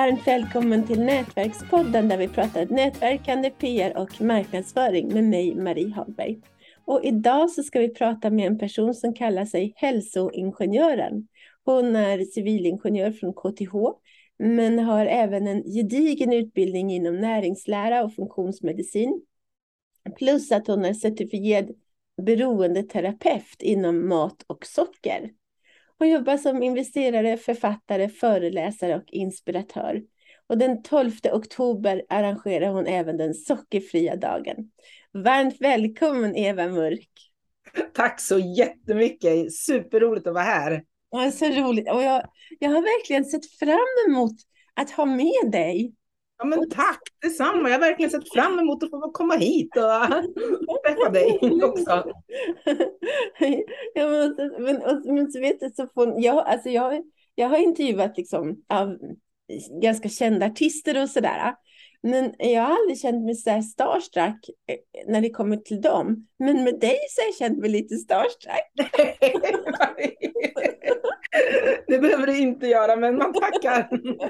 Varmt välkommen till Nätverkspodden där vi pratar nätverkande, PR och marknadsföring med mig, Marie Hagberg. Och idag så ska vi prata med en person som kallar sig hälsoingenjören. Hon är civilingenjör från KTH, men har även en gedigen utbildning inom näringslära och funktionsmedicin. Plus att hon är certifierad beroendeterapeut inom mat och socker. Hon jobbar som investerare, författare, föreläsare och inspiratör. Och den 12 oktober arrangerar hon även den sockerfria dagen. Varmt välkommen Eva Mörk. Tack så jättemycket. Superroligt att vara här. Ja, så roligt. Och jag har verkligen sett fram emot att ha med dig. Ja, men tack, detsamma. Jag har verkligen sett fram emot att få komma hit och träffa dig också. Men så vet du, så får jag har intervjuat liksom av ganska kända artister och sådär. Men jag har aldrig känt mig så här starstruck när det kommer till dem. Men med dig så har jag känt mig lite starstruck. Det behöver du inte göra, men man tackar.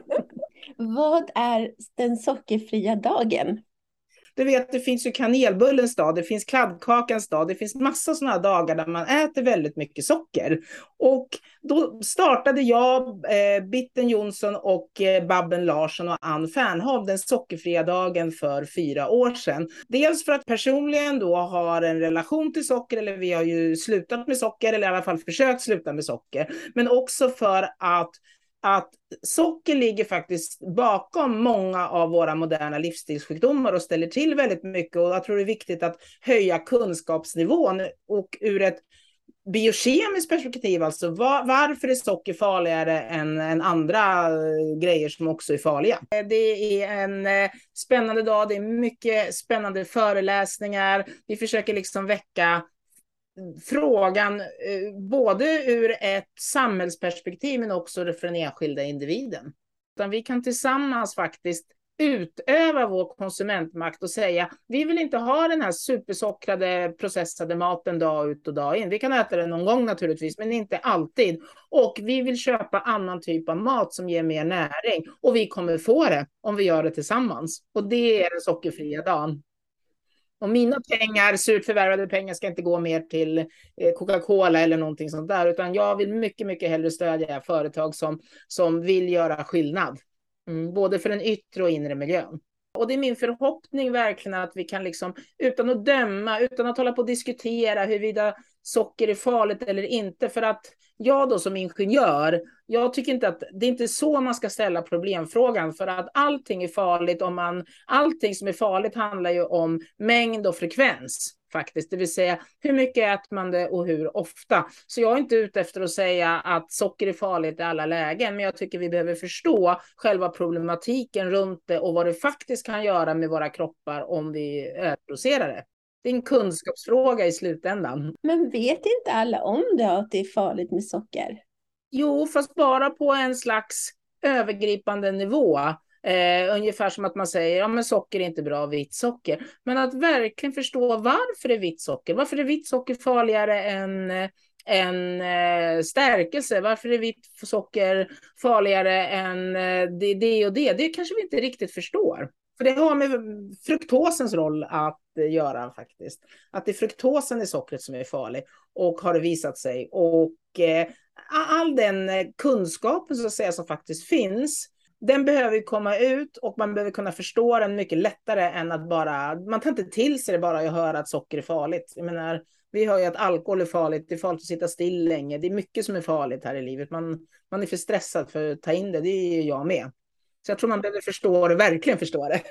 Vad är den sockerfria dagen? Du vet, det finns ju kanelbullens dag, det finns kladdkakans dag, det finns massa sådana dagar där man äter väldigt mycket socker. Och då startade jag, Bitten Jonsson och Babben Larsson och Ann Fernhav den sockerfria dagen för 4 år sedan. Dels för att personligen då har en relation till socker, eller vi har ju slutat med socker, eller i alla fall försökt sluta med socker. Men också för att socker ligger faktiskt bakom många av våra moderna livsstilssjukdomar och ställer till väldigt mycket. Och jag tror det är viktigt att höja kunskapsnivån och ur ett biokemiskt perspektiv, alltså varför är socker farligare än andra grejer som också är farliga. Det är en spännande dag, det är mycket spännande föreläsningar. Vi försöker liksom väcka frågan både ur ett samhällsperspektiv men också för den enskilda individen. Utan vi kan tillsammans faktiskt utöva vår konsumentmakt och säga vi vill inte ha den här supersockrade processade maten dag ut och dag in. Vi kan äta den någon gång naturligtvis, men inte alltid. Och vi vill köpa annan typ av mat som ger mer näring. Och vi kommer få det om vi gör det tillsammans. Och det är den sockerfria dagen. Och mina pengar, surt förvärvade pengar, ska inte gå mer till Coca-Cola eller någonting sånt där. Utan jag vill mycket, mycket hellre stödja företag som vill göra skillnad. Både för den yttre och inre miljön. Och det är min förhoppning verkligen att vi kan liksom, utan att döma, utan att hålla på och diskutera huruvida socker är farligt eller inte. För att jag då som ingenjör, jag tycker inte att det är inte så man ska ställa problemfrågan. För att allting är farligt allting som är farligt handlar ju om mängd och frekvens. Faktiskt. Det vill säga hur mycket äter man det och hur ofta. Så jag är inte ute efter att säga att socker är farligt i alla lägen. Men jag tycker vi behöver förstå själva problematiken runt det och vad det faktiskt kan göra med våra kroppar om vi överdoserar det. Det är en kunskapsfråga i slutändan. Men vet inte alla om det, att det är farligt med socker? Jo, fast bara på en slags övergripande nivå. Ungefär som att man säger ja men socker är inte bra, vitt socker. Men att verkligen förstå varför är vitt socker. Varför är vitt socker farligare än stärkelse? Varför är vitt socker farligare än det och det? Det kanske vi inte riktigt förstår. För det har med fruktosens roll att göra faktiskt. Att det är fruktosen i sockret som är farlig och har det visat sig. Och all den kunskapen så att säga som faktiskt finns, den behöver komma ut och man behöver kunna förstå den mycket lättare än att man tar inte till sig det bara att höra att socker är farligt. Jag menar, vi hör ju att alkohol är farligt, det är farligt att sitta still länge. Det är mycket som är farligt här i livet. Man är för stressad för att ta in det, det är jag med. Så jag tror man behöver förstå det, verkligen förstå det.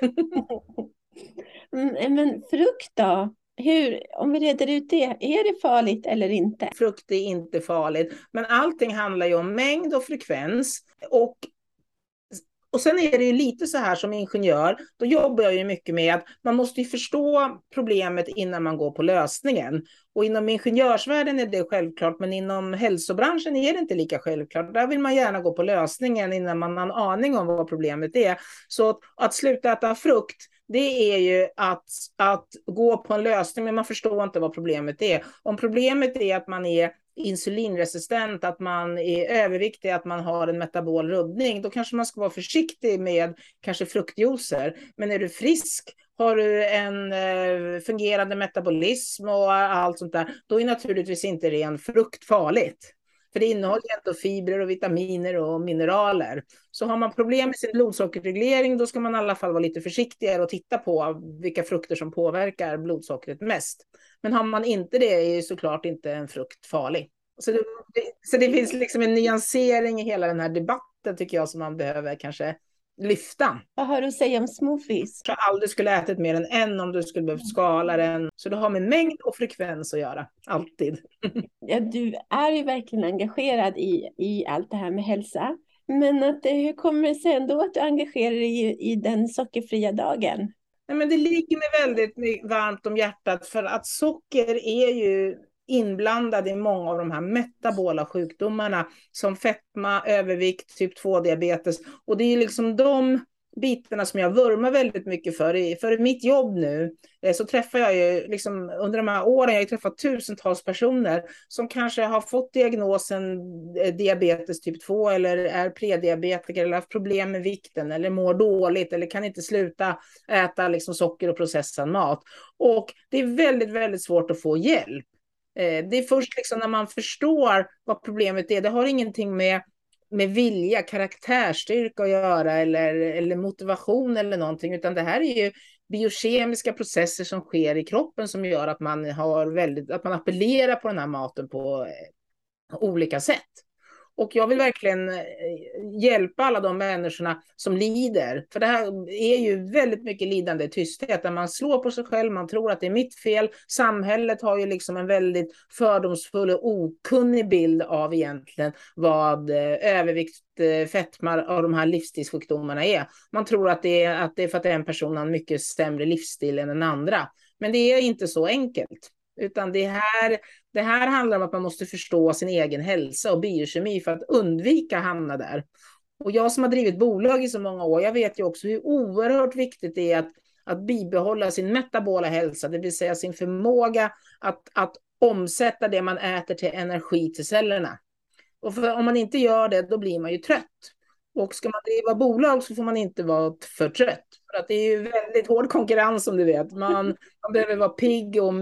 Men frukt då? Om vi reder ut det, är det farligt eller inte? Frukt är inte farligt, men allting handlar ju om mängd och frekvens. Och sen är det ju lite så här som ingenjör, då jobbar jag ju mycket med att man måste ju förstå problemet innan man går på lösningen. Och inom ingenjörsvärlden är det självklart, men inom hälsobranschen är det inte lika självklart. Där vill man gärna gå på lösningen innan man har en aning om vad problemet är. Så att sluta äta frukt, det är ju att gå på en lösning, men man förstår inte vad problemet är. Om problemet är att man är insulinresistent, att man är överviktig, att man har en metabol rubbning, då kanske man ska vara försiktig med kanske fruktjuicer. Men är du frisk, har du en fungerande metabolism och allt sånt där, då är naturligtvis inte ren frukt farligt. För det innehåller ändå fibrer och vitaminer och mineraler. Så har man problem med sin blodsockerreglering, då ska man i alla fall vara lite försiktigare och titta på vilka frukter som påverkar blodsockret mest. Men har man inte det, är ju såklart inte en frukt farlig. Så det finns liksom en nyansering i hela den här debatten, tycker jag, som man behöver kanske lyfta. Vad har du att säga om smoothies? Jag tror aldrig skulle ätit mer än en om du skulle behöva skala den. Så det har med mängd och frekvens att göra, alltid. Ja, du är ju verkligen engagerad i allt det här med hälsa. Men hur kommer det sig ändå att du engagerar dig i den sockerfria dagen? Nej, men det ligger mig väldigt varmt om hjärtat, för att socker är ju inblandad i många av de här metabola sjukdomarna som fetma, övervikt, typ 2-diabetes. Och det är liksom de bitarna som jag vurmar väldigt mycket för. För mitt jobb nu så träffar jag ju liksom, under de här åren, jag har träffat tusentals personer som kanske har fått diagnosen diabetes typ 2 eller är prediabetiker eller har haft problem med vikten eller mår dåligt eller kan inte sluta äta liksom socker och processad mat. Och det är väldigt, väldigt svårt att få hjälp. Det är först liksom när man förstår vad problemet är. Det har ingenting med vilja, karaktärsstyrka att göra eller motivation eller någonting, utan det här är ju biokemiska processer som sker i kroppen som gör att man att man appellerar på den här maten på olika sätt. Och jag vill verkligen hjälpa alla de människorna som lider. För det här är ju väldigt mycket lidande i tysthet. Där man slår på sig själv, man tror att det är mitt fel. Samhället har ju liksom en väldigt fördomsfull och okunnig bild av egentligen vad övervikt, fetma och de här livsstilssjukdomarna är. Man tror att det är för att en person har en mycket sämre livsstil än den andra. Men det är inte så enkelt. Utan det här handlar om att man måste förstå sin egen hälsa och biokemi för att undvika att hamna där. Och jag som har drivit bolag i så många år, jag vet ju också hur oerhört viktigt det är att bibehålla sin metabola hälsa, det vill säga sin förmåga att omsätta det man äter till energi till cellerna. Och om man inte gör det, då blir man ju trött. Och ska man driva bolag så får man inte vara för trött. För att det är ju väldigt hård konkurrens, som du vet. Man behöver vara pigg och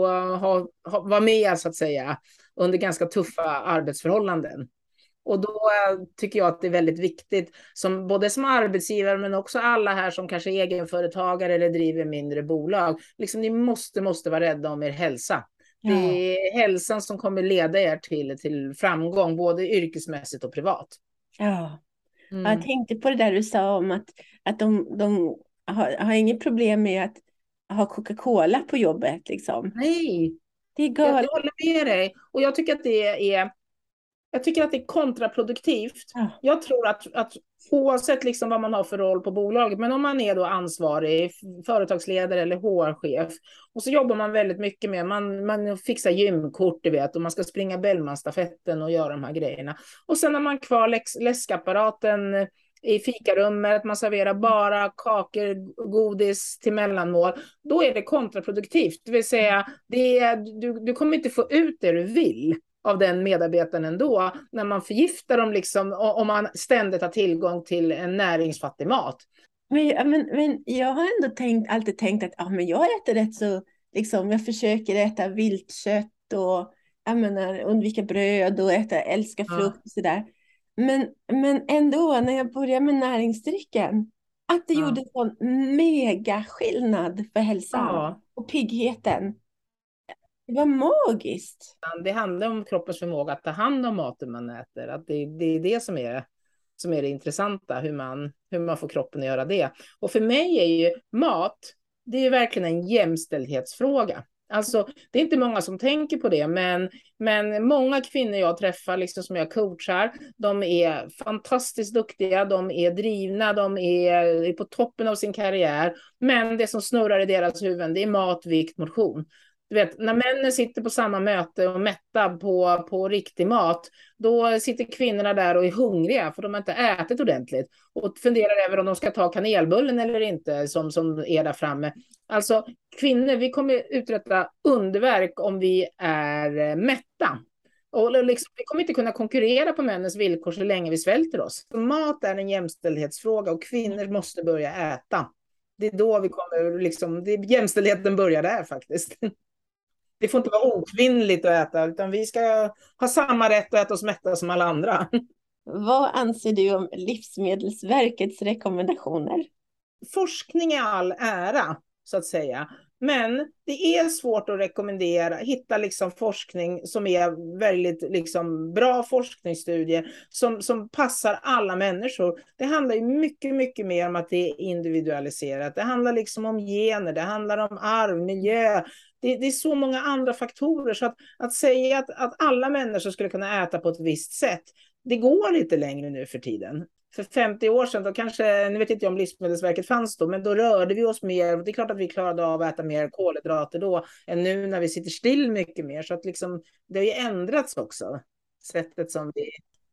vara med, så att säga, under ganska tuffa arbetsförhållanden. Och då tycker jag att det är väldigt viktigt, både som arbetsgivare men också alla här som kanske är egenföretagare eller driver mindre bolag. Liksom, ni måste vara rädda om er hälsa. Ja. Det är hälsan som kommer leda er till framgång, både yrkesmässigt och privat. Ja. Jag tänkte på det där du sa om att de har inget problem med att ha Coca-Cola på jobbet. Liksom. Nej, det är galet. Jag håller med dig. Och jag tycker att det är kontraproduktivt. Ja. Jag tror att oavsett liksom vad man har för roll på bolaget, men om man är då ansvarig företagsledare eller HR-chef och så jobbar man väldigt mycket med, man fixar gymkort, du vet, och man ska springa Bellman-stafetten och göra de här grejerna. Och sen när man kvar läskapparaten i fikarummet, man serverar bara kakor, godis till mellanmål, då är det kontraproduktivt. Det vill säga, du kommer inte få ut det du vill av den medarbetaren ändå, när man förgiftar dem liksom, om man ständigt har tillgång till en näringsfattig mat. Men jag har ändå alltid tänkt att men jag äter rätt så, liksom, jag försöker äta viltkött och undvika bröd och älska frukt och sådär. Men ändå, när jag började med näringsdrycken, att det gjorde sån mega skillnad för hälsan och piggheten. Det var magiskt. Det handlar om kroppens förmåga att ta hand om maten man äter. Att det är det som är det intressanta, hur man får kroppen att göra det. Och för mig är ju mat, det är ju verkligen en jämställdhetsfråga. Alltså, det är inte många som tänker på det, men många kvinnor jag träffar, liksom som jag coachar, de är fantastiskt duktiga, de är drivna, de är på toppen av sin karriär. Men det som snurrar i deras huvuden, det är mat, vikt, motion. Du vet, när männen sitter på samma möte och mättar på riktig mat, då sitter kvinnorna där och är hungriga för de har inte ätit ordentligt och funderar över om de ska ta kanelbullen eller inte som är där framme. Alltså kvinnor, vi kommer uträtta underverk om vi är mätta. Och liksom, vi kommer inte kunna konkurrera på männens villkor så länge vi svälter oss. Så mat är en jämställdhetsfråga och kvinnor måste börja äta. Det är då vi kommer, liksom, jämställdheten börjar där faktiskt. Det får inte vara okvinnligt att äta, utan vi ska ha samma rätt att äta oss mätta som alla andra. Vad anser du om Livsmedelsverkets rekommendationer? Forskning är all ära, så att säga. Men det är svårt att hitta liksom forskning som är väldigt liksom bra forskningsstudier som passar alla människor. Det handlar ju mycket, mycket mer om att det är individualiserat. Det handlar liksom om gener, det handlar om arv, miljö. Det är så många andra faktorer, så att säga att alla människor skulle kunna äta på ett visst sätt, det går lite längre nu för tiden. För 50 år sedan, då kanske, nu vet inte jag om Livsmedelsverket fanns då, men då rörde vi oss mer. Det är klart att vi klarade av att äta mer kolhydrater då än nu när vi sitter still mycket mer. Så att liksom, det har ju ändrats också, sättet som vi...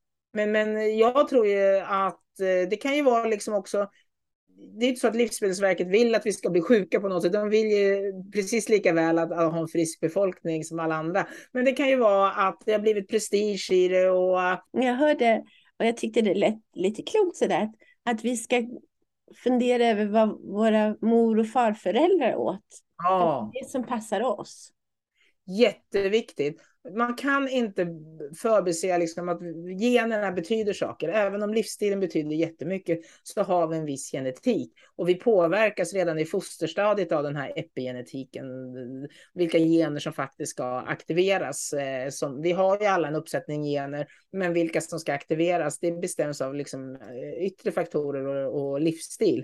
Men jag tror ju att det kan ju vara liksom också... Det är inte så att Livsmedelsverket vill att vi ska bli sjuka på något sätt. De vill ju precis lika väl att ha en frisk befolkning som alla andra. Men det kan ju vara att det har blivit prestige i det och... Jag hörde, och jag tyckte det lät lite klokt sådär, att vi ska fundera över vad våra mor- och farföräldrar åt. Ja. Det som passar oss. Jätteviktigt. Man kan inte förbise liksom att generna betyder saker. Även om livsstilen betyder jättemycket så har vi en viss genetik. Och vi påverkas redan i fosterstadiet av den här epigenetiken. Vilka gener som faktiskt ska aktiveras. Vi har ju alla en uppsättning gener, men vilka som ska aktiveras, det bestäms av liksom yttre faktorer och livsstil.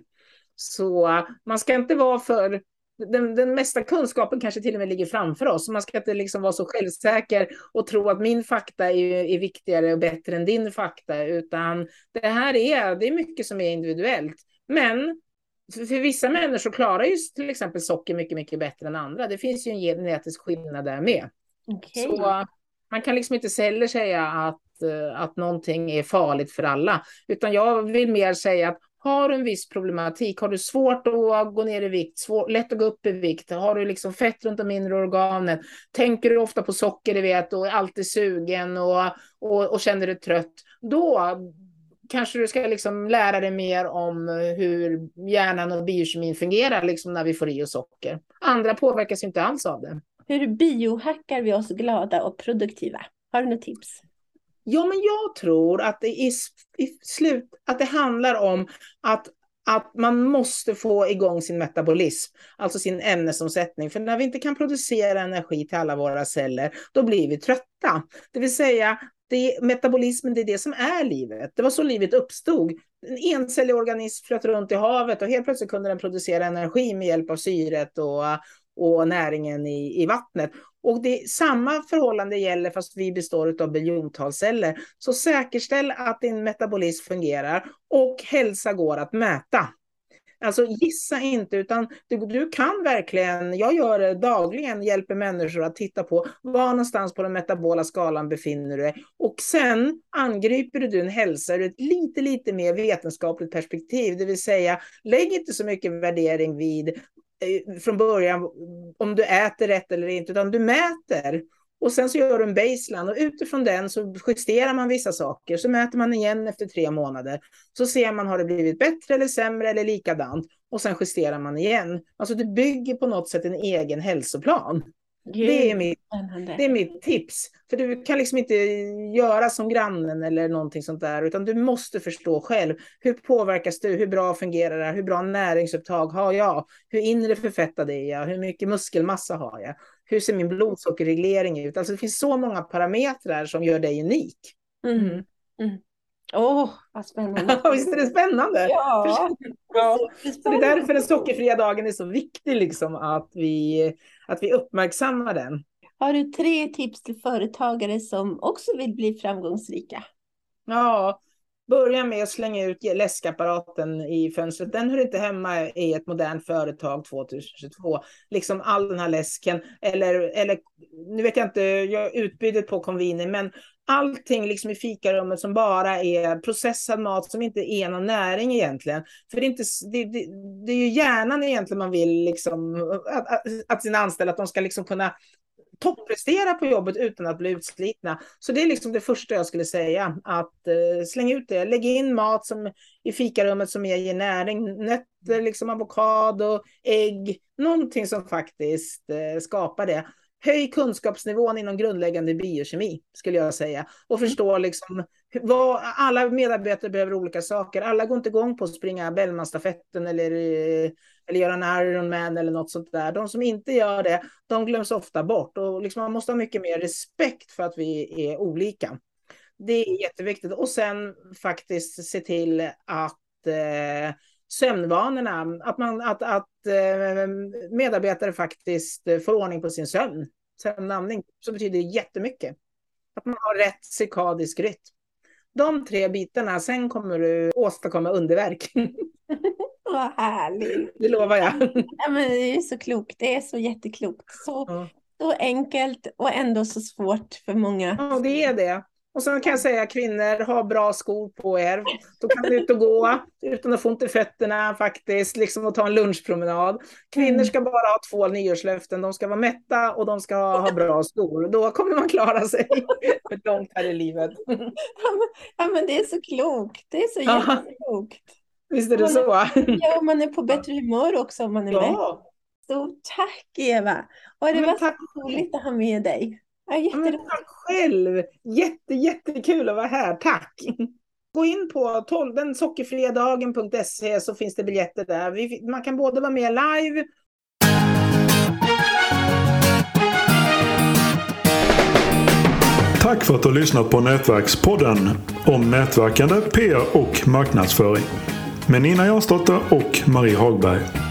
Så man ska inte vara för... Den mesta kunskapen kanske till och med ligger framför oss. Man ska inte liksom vara så självsäker och tro att min fakta är viktigare och bättre än din fakta. Utan det är mycket som är individuellt. Men för vissa människor klarar ju till exempel socker mycket, mycket bättre än andra. Det finns ju en genetisk skillnad där med. Okay. Så man kan liksom inte heller säga att någonting är farligt för alla. Utan jag vill mer säga att har du en viss problematik, har du svårt att gå ner i vikt, lätt att gå upp i vikt, har du liksom fett runt de inre organen, tänker du ofta på socker, du vet, och är alltid sugen och känner dig trött, då kanske du ska liksom lära dig mer om hur hjärnan och biokemin fungerar liksom när vi får i oss socker. Andra påverkas inte alls av det. Hur biohackar vi oss glada och produktiva? Har du några tips? Ja, men jag tror att att det handlar om att man måste få igång sin metabolism, alltså sin ämnesomsättning. För när vi inte kan producera energi till alla våra celler, då blir vi trötta. Det vill säga, metabolismen, det är det som är livet. Det var så livet uppstod. En encellig organism flöt runt i havet och helt plötsligt kunde den producera energi med hjälp av syret och näringen i vattnet. Och samma förhållande gäller fast vi består av biljontals celler. Så säkerställ att din metabolism fungerar och hälsa går att mäta. Alltså gissa inte, utan du kan verkligen, jag gör det dagligen, hjälper människor att titta på var någonstans på den metabola skalan befinner du dig. Och sen angriper du din hälsa ur ett lite mer vetenskapligt perspektiv. Det vill säga, lägg inte så mycket värdering vid från början om du äter rätt eller inte, utan du mäter och sen så gör du en baseline och utifrån den så justerar man vissa saker, så mäter man igen efter 3 månader, så ser man har det blivit bättre eller sämre eller likadant och sen justerar man igen. Alltså det bygger på något sätt en egen hälsoplan. Det är mitt tips. För du kan liksom inte göra som grannen eller någonting sånt där, utan du måste förstå själv. Hur påverkas du? Hur bra fungerar det? Hur bra näringsupptag har jag? Hur inre förfettad är jag? Hur mycket muskelmassa har jag? Hur ser min blodsockerreglering ut? Alltså det finns så många parametrar som gör dig unik. Vad spännande. Visst är det spännande? Ja. Så det är därför den sockerfria dagen är så viktig, liksom, att vi uppmärksammar den. Har du 3 tips till företagare som också vill bli framgångsrika? Ja, börja med att slänga ut läskapparaten i fönstret. Den hör inte hemma i ett modernt företag 2022. Liksom all den här läsken. Eller nu vet jag inte, utbudet på konviner, men allting liksom i fikarummet som bara är processad mat som inte är någon näring egentligen. För det är ju hjärnan egentligen man vill liksom, att sina anställda, att de ska liksom kunna topprestera på jobbet utan att bli utslitna. Så det är liksom det första jag skulle säga, att släng ut det. Lägg in mat som i fikarummet som ger näring, nötter, liksom avokado, ägg, någonting som faktiskt skapar det. Höj kunskapsnivån inom grundläggande biokemi, skulle jag säga. Och förstå liksom vad alla medarbetare behöver olika saker. Alla går inte igång på att springa Bellman-stafetten eller göra en Ironman eller något sånt där. De som inte gör det, de glöms ofta bort. Och liksom man måste ha mycket mer respekt för att vi är olika. Det är jätteviktigt. Och sen faktiskt se till att sömnvanorna, att medarbetare faktiskt får ordning på sin sömnandning, så betyder det jättemycket. Att man har rätt cirkadisk rytm. De 3 bitarna, sen kommer du åstadkomma underverk. Vad härligt. Det lovar jag. Ja, men det är så klokt, det är så jätteklokt. Så enkelt och ändå så svårt för många. Ja, det är det. Och sen kan jag säga, kvinnor, ha bra skor på er. Då kan du ut och gå utan att få ont i fötterna faktiskt. Liksom att ta en lunchpromenad. Kvinnor ska bara ha 2 nyårslöften. De ska vara mätta och de ska ha bra skor. Då kommer man klara sig för långt här i livet. Ja, men det är så klokt. Det är så jätteklokt. Visst är det så? Ja, man är på bättre humör också om man är med. Så tack Eva. Och det var så roligt att ha med dig. Ja, men tack själv. Jättekul att vara här. Tack. Gå in på sockerfriadagen.se så finns det biljetter där. Man kan både vara med live. Tack för att du har lyssnat på Nätverkspodden om nätverkande, PR och marknadsföring med Nina Jansdotter och Marie Hagberg.